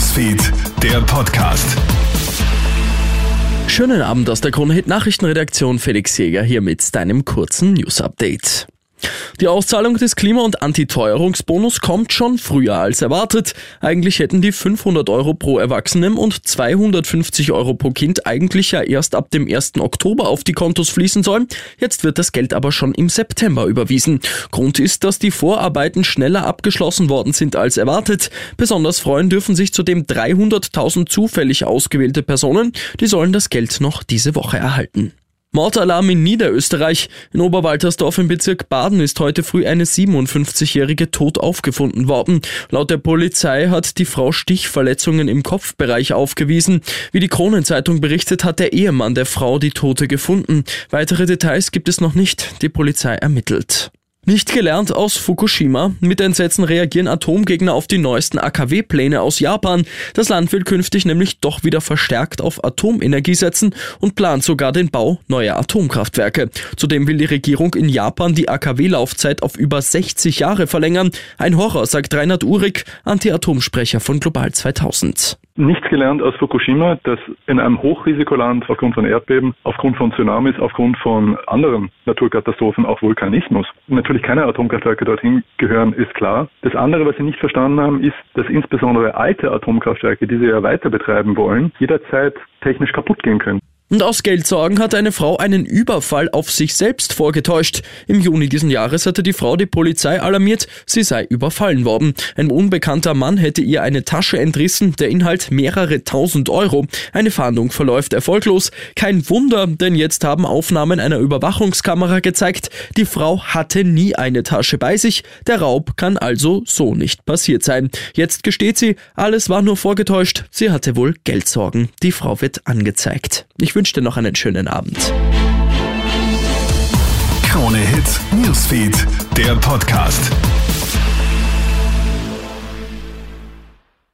Newsfeed, der Podcast. Schönen Abend aus der Krone-Hit-Nachrichtenredaktion. Felix Jäger hier mit deinem kurzen News-Update. Die Auszahlung des Klima- und Antiteuerungsbonus kommt schon früher als erwartet. Eigentlich hätten die 500 € pro Erwachsenem und 250 € pro Kind eigentlich ja erst ab dem 1. Oktober auf die Kontos fließen sollen. Jetzt wird das Geld aber schon im September überwiesen. Grund ist, dass die Vorarbeiten schneller abgeschlossen worden sind als erwartet. Besonders freuen dürfen sich zudem 300.000 zufällig ausgewählte Personen. Die sollen das Geld noch diese Woche erhalten. Mordalarm in Niederösterreich. In Oberwaltersdorf im Bezirk Baden ist heute früh eine 57-Jährige tot aufgefunden worden. Laut der Polizei hat die Frau Stichverletzungen im Kopfbereich aufgewiesen. Wie die Kronenzeitung berichtet, hat der Ehemann der Frau die Tote gefunden. Weitere Details gibt es noch nicht. Die Polizei ermittelt. Nicht gelernt aus Fukushima. Mit Entsetzen reagieren Atomgegner auf die neuesten AKW-Pläne aus Japan. Das Land will künftig nämlich doch wieder verstärkt auf Atomenergie setzen und plant sogar den Bau neuer Atomkraftwerke. Zudem will die Regierung in Japan die AKW-Laufzeit auf über 60 Jahre verlängern. Ein Horror, sagt Reinhard Uhrig, Anti-Atom-Sprecher von Global 2000. Nichts gelernt aus Fukushima, dass in einem Hochrisikoland aufgrund von Erdbeben, aufgrund von Tsunamis, aufgrund von anderen Naturkatastrophen, auch Vulkanismus, natürlich keine Atomkraftwerke dorthin gehören, ist klar. Das andere, was sie nicht verstanden haben, ist, dass insbesondere alte Atomkraftwerke, die sie ja weiter betreiben wollen, jederzeit technisch kaputt gehen können. Und aus Geldsorgen hat eine Frau einen Überfall auf sich selbst vorgetäuscht. Im Juni diesen Jahres hatte die Frau die Polizei alarmiert, sie sei überfallen worden. Ein unbekannter Mann hätte ihr eine Tasche entrissen, der Inhalt mehrere tausend €. Eine Fahndung verläuft erfolglos. Kein Wunder, denn jetzt haben Aufnahmen einer Überwachungskamera gezeigt, die Frau hatte nie eine Tasche bei sich. Der Raub kann also so nicht passiert sein. Jetzt gesteht sie, alles war nur vorgetäuscht. Sie hatte wohl Geldsorgen. Die Frau wird angezeigt. Ich wünsche dir noch einen schönen Abend. Krone-Hit Newsfeed, der Podcast.